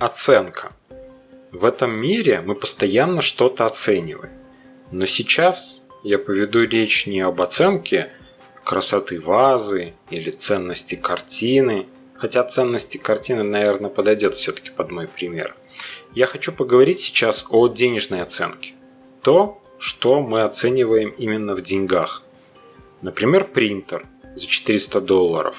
Оценка. В этом мире мы постоянно что-то оцениваем. Но сейчас я поведу речь не об оценке красоты вазы или ценности картины, хотя ценности картины, наверное, подойдет все-таки под мой пример. Я хочу поговорить сейчас о денежной оценке. То, что мы оцениваем именно в деньгах. Например, принтер за $400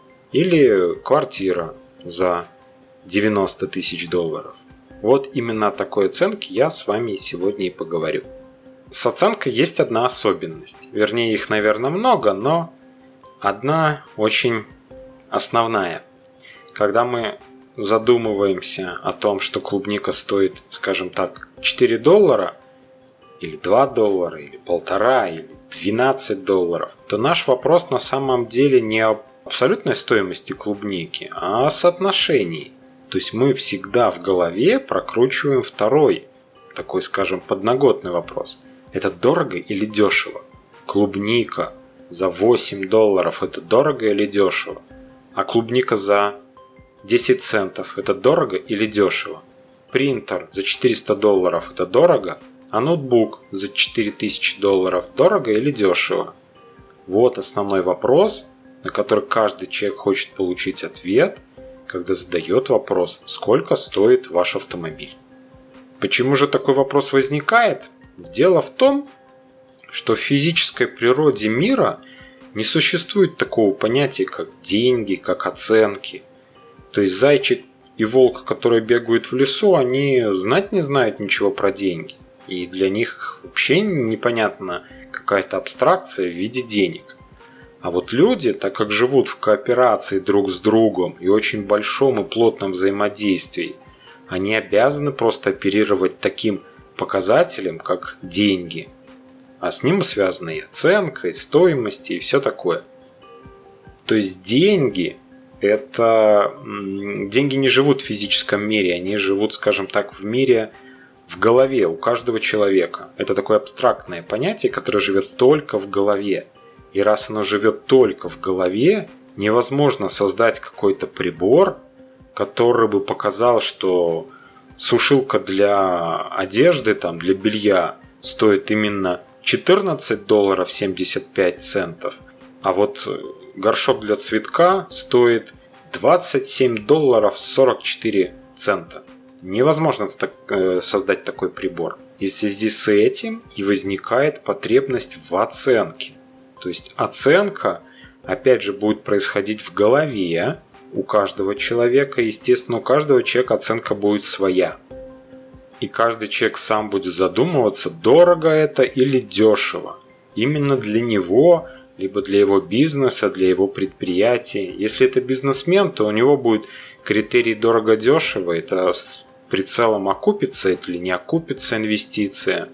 или квартира за $90 тысяч. Вот именно о такой оценке я с вами сегодня и поговорю. С оценкой есть одна особенность. Вернее, их, наверное, много, но одна очень основная. Когда мы задумываемся о том, что клубника стоит, скажем так, $4, или $2, или $1,5, или $12, то наш вопрос на самом деле не об абсолютной стоимости клубники, а о соотношении. То есть мы всегда в голове прокручиваем второй, такой, скажем, подноготный вопрос. Это дорого или дешево? Клубника за $8 это дорого или дешево? А клубника за 10 центов это дорого или дешево? Принтер за $400 это дорого? А ноутбук за $4000 дорого или дешево? Вот основной вопрос, на который каждый человек хочет получить ответ, когда задает вопрос, сколько стоит ваш автомобиль. Почему же такой вопрос возникает? Дело в том, что в физической природе мира не существует такого понятия, как деньги, как оценки. То есть зайчик и волк, которые бегают в лесу, они знать не знают ничего про деньги. И для них вообще непонятна какая-то абстракция в виде денег. А вот люди, так как живут в кооперации друг с другом и очень большом и плотном взаимодействии, они обязаны просто оперировать таким показателем, как деньги. А с ним связана и оценка, и стоимость, и все такое. То есть деньги не живут в физическом мире, они живут, скажем так, в мире в голове у каждого человека. Это такое абстрактное понятие, которое живет только в голове. И раз оно живет только в голове, невозможно создать какой-то прибор, который бы показал, что сушилка для одежды, для белья стоит именно $14.75, а вот горшок для цветка стоит $27.44. Невозможно создать такой прибор. И в связи с этим и возникает потребность в оценке. То есть оценка, опять же, будет происходить в голове у каждого человека. Естественно, у каждого человека оценка будет своя. И каждый человек сам будет задумываться, дорого это или дешево. Именно для него, либо для его бизнеса, для его предприятия. Если это бизнесмен, то у него будет критерий дорого-дешево. Это с прицелом окупится это или не окупится инвестиция.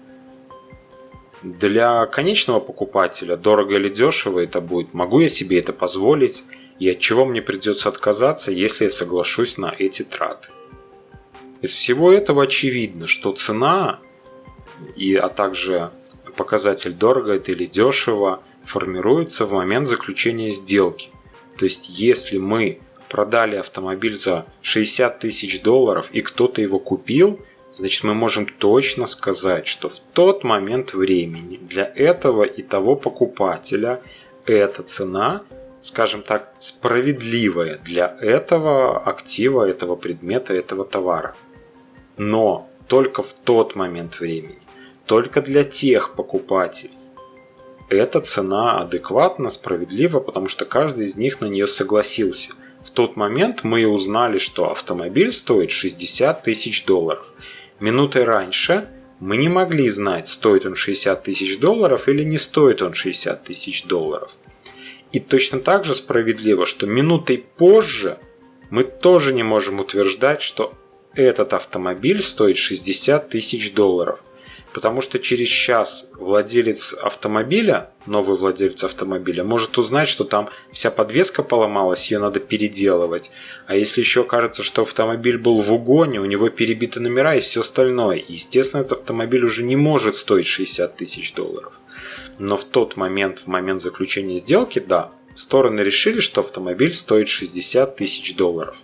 Для конечного покупателя дорого или дешево это будет, могу я себе это позволить и от чего мне придется отказаться, если я соглашусь на эти траты. Из всего этого очевидно, что цена, а также показатель дорого это или дешево формируется в момент заключения сделки. То есть если мы продали автомобиль за $60 тысяч и кто-то его купил, значит, мы можем точно сказать, что в тот момент времени для этого и того покупателя эта цена, скажем так, справедливая для этого актива, этого предмета, этого товара. Но только в тот момент времени, только для тех покупателей эта цена адекватна, справедлива, потому что каждый из них на нее согласился. В тот момент мы узнали, что автомобиль стоит $60 тысяч. Минутой раньше мы не могли знать, стоит он $60 тысяч или не стоит он $60 тысяч. И точно так же справедливо, что минутой позже мы тоже не можем утверждать, что этот автомобиль стоит $60 тысяч. Потому что через час владелец автомобиля, новый владелец автомобиля, может узнать, что там вся подвеска поломалась, ее надо переделывать. А если еще кажется, что автомобиль был в угоне, у него перебиты номера и все остальное. Естественно, этот автомобиль уже не может стоить $60 тысяч. Но в тот момент, в момент заключения сделки, да, стороны решили, что автомобиль стоит $60 тысяч.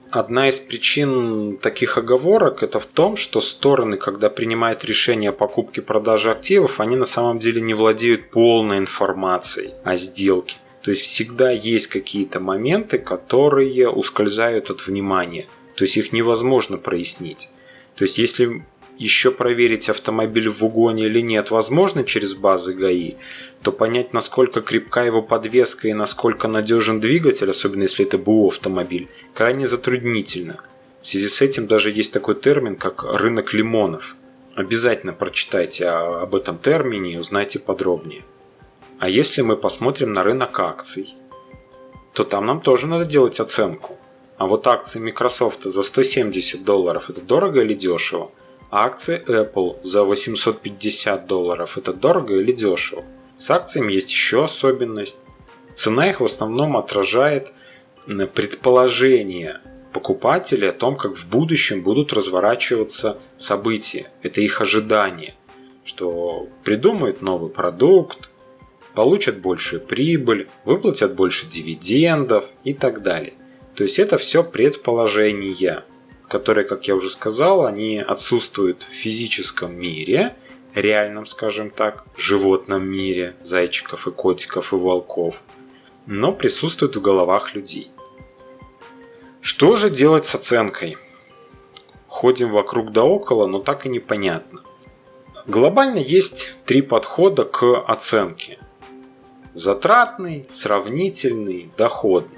одна из причин таких оговорок это в том, что стороны, когда принимают решение о покупке и продаже активов, они на самом деле не владеют полной информацией о сделке. То есть всегда есть какие-то моменты, которые ускользают от внимания. То есть их невозможно прояснить. То есть если еще проверить автомобиль в угоне или нет возможно через базы ГАИ, то понять, насколько крепка его подвеска и насколько надежен двигатель, особенно если это БУ автомобиль, крайне затруднительно. В связи с этим даже есть такой термин, как рынок лимонов. Обязательно прочитайте об этом термине и узнайте подробнее. А если мы посмотрим на рынок акций, то там нам тоже надо делать оценку. А вот акции Microsoft за $170 это дорого или дешево? А акции Apple за $850 это дорого или дешево? С акциями есть еще особенность. Цена их в основном отражает предположение покупателей о том, как в будущем будут разворачиваться события. Это их ожидание, что придумают новый продукт, получат большую прибыль, выплатят больше дивидендов и так далее. То есть это все предположения, которые, как я уже сказал, они отсутствуют в физическом мире, реальном, скажем так, животном мире, зайчиков и котиков и волков, но присутствуют в головах людей. Что же делать с оценкой? Ходим вокруг да около, но так и непонятно. Глобально есть три подхода к оценке. Затратный, сравнительный, доходный.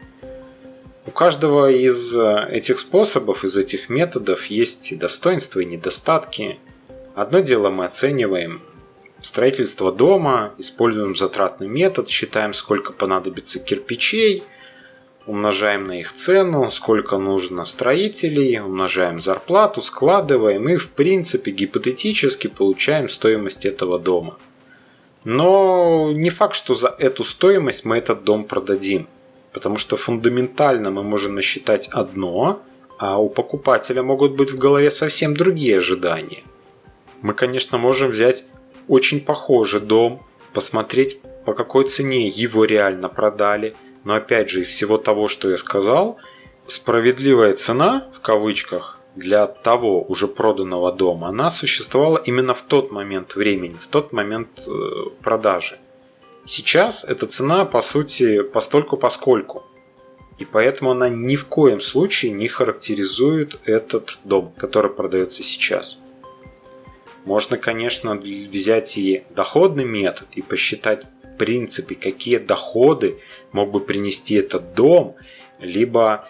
У каждого из этих способов, из этих методов есть и достоинства, и недостатки. Одно дело мы оцениваем строительство дома, используем затратный метод, считаем, сколько понадобится кирпичей, умножаем на их цену, сколько нужно строителей, умножаем зарплату, складываем и в принципе гипотетически получаем стоимость этого дома. Но не факт, что за эту стоимость мы этот дом продадим. Потому что фундаментально мы можем насчитать одно, а у покупателя могут быть в голове совсем другие ожидания. Мы, конечно, можем взять очень похожий дом, посмотреть, по какой цене его реально продали. Но опять же, из всего того, что я сказал, справедливая цена, в кавычках, для того уже проданного дома, она существовала именно в тот момент времени, в тот момент продажи. Сейчас эта цена, по сути, постольку-поскольку. И поэтому она ни в коем случае не характеризует этот дом, который продается сейчас. Можно, конечно, взять и доходный метод и посчитать в принципе, какие доходы мог бы принести этот дом, либо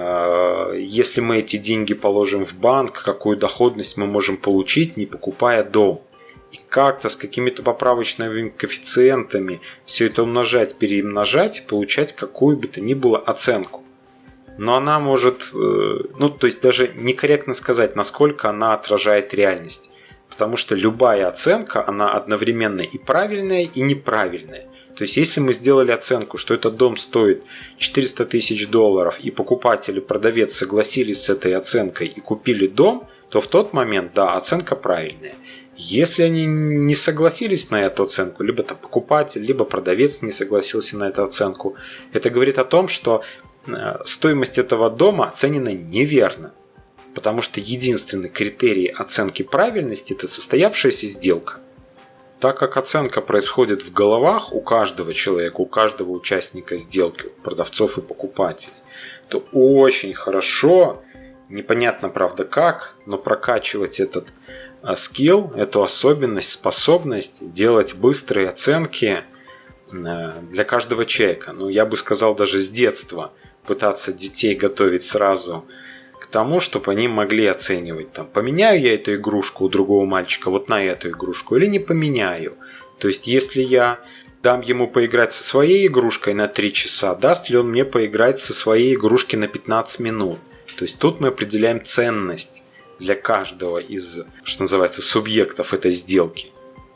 если мы эти деньги положим в банк, какую доходность мы можем получить, не покупая дом. И как-то с какими-то поправочными коэффициентами все это умножать, перемножать, получать какую бы то ни было оценку. Но она может, то есть даже некорректно сказать, насколько она отражает реальность. Потому что любая оценка, она одновременно и правильная, и неправильная. То есть если мы сделали оценку, что этот дом стоит $400 тысяч, и покупатель и продавец согласились с этой оценкой и купили дом, то в тот момент, да, оценка правильная. Если они не согласились на эту оценку, либо там покупатель, либо продавец не согласился на эту оценку, это говорит о том, что стоимость этого дома оценена неверно. Потому что единственный критерий оценки правильности – это состоявшаяся сделка. Так как оценка происходит в головах у каждого человека, у каждого участника сделки, продавцов и покупателей, то очень хорошо, непонятно правда как, но прокачивать этот скилл, эту особенность, способность делать быстрые оценки для каждого человека. Я бы сказал, даже с детства пытаться детей готовить сразу к тому, чтобы они могли оценивать, поменяю я эту игрушку у другого мальчика вот на эту игрушку или не поменяю. То есть, если я дам ему поиграть со своей игрушкой на 3 часа, даст ли он мне поиграть со своей игрушки на 15 минут. То есть, тут мы определяем ценность для каждого из, что называется, субъектов этой сделки.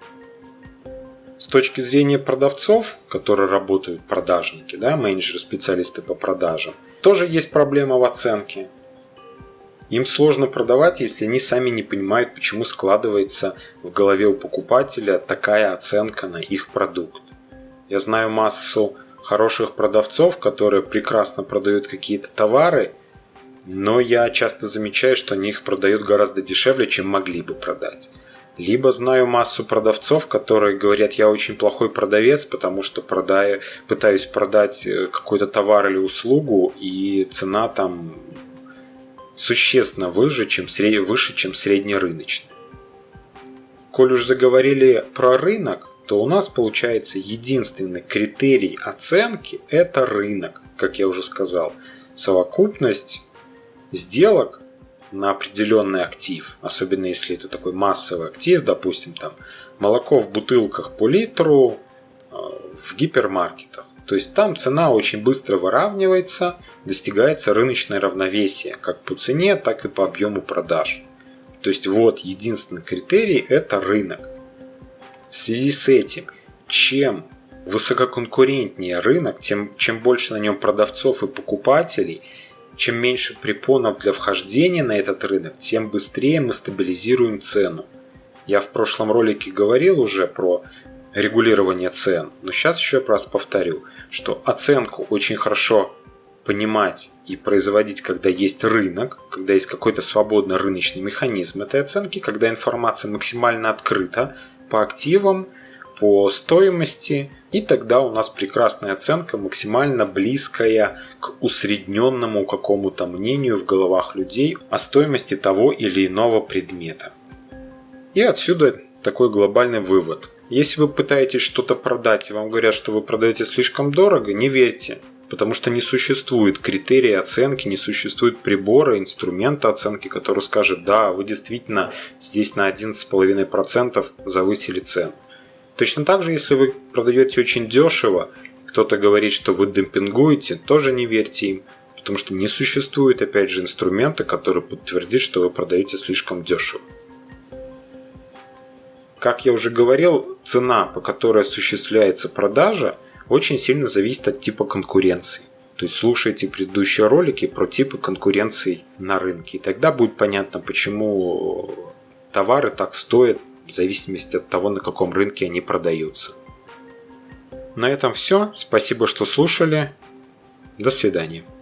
С точки зрения продавцов, которые работают продажники, менеджеры, специалисты по продажам, тоже есть проблема в оценке. Им сложно продавать, если они сами не понимают, почему складывается в голове у покупателя такая оценка на их продукт. Я знаю массу хороших продавцов, которые прекрасно продают какие-то товары, но я часто замечаю, что они их продают гораздо дешевле, чем могли бы продать. Либо знаю массу продавцов, которые говорят, я очень плохой продавец, потому что пытаюсь продать какой-то товар или услугу, и цена там существенно выше, чем среднерыночная. Коль уж заговорили про рынок, то у нас получается единственный критерий оценки – это рынок, как я уже сказал. Совокупность сделок на определенный актив, особенно если это такой массовый актив, допустим, там молоко в бутылках по литру в гипермаркетах. То есть там цена очень быстро выравнивается, достигается рыночное равновесие, как по цене, так и по объему продаж. То есть вот единственный критерий – это рынок. В связи с этим, чем высококонкурентнее рынок, чем больше на нем продавцов и покупателей, чем меньше препонов для вхождения на этот рынок, тем быстрее мы стабилизируем цену. Я в прошлом ролике говорил уже про регулирование цен, но сейчас еще раз повторю, что оценку очень хорошо понимать и производить, когда есть рынок, когда есть какой-то свободный рыночный механизм этой оценки, когда информация максимально открыта по активам, по стоимости, и тогда у нас прекрасная оценка, максимально близкая к усредненному какому-то мнению в головах людей о стоимости того или иного предмета. И отсюда такой глобальный вывод. Если вы пытаетесь что-то продать и вам говорят, что вы продаете слишком дорого, не верьте. Потому что не существует критерия оценки, не существует прибора, инструмента оценки, который скажет, да, вы действительно здесь на 11,5% завысили цену. Точно так же, если вы продаете очень дешево, кто-то говорит, что вы демпингуете, тоже не верьте им, потому что не существует, опять же, инструмента, который подтвердит, что вы продаете слишком дешево. Как я уже говорил, цена, по которой осуществляется продажа, очень сильно зависит от типа конкуренции. То есть слушайте предыдущие ролики про типы конкуренции на рынке. И тогда будет понятно, почему товары так стоят в зависимости от того, на каком рынке они продаются. На этом все. Спасибо, что слушали. До свидания.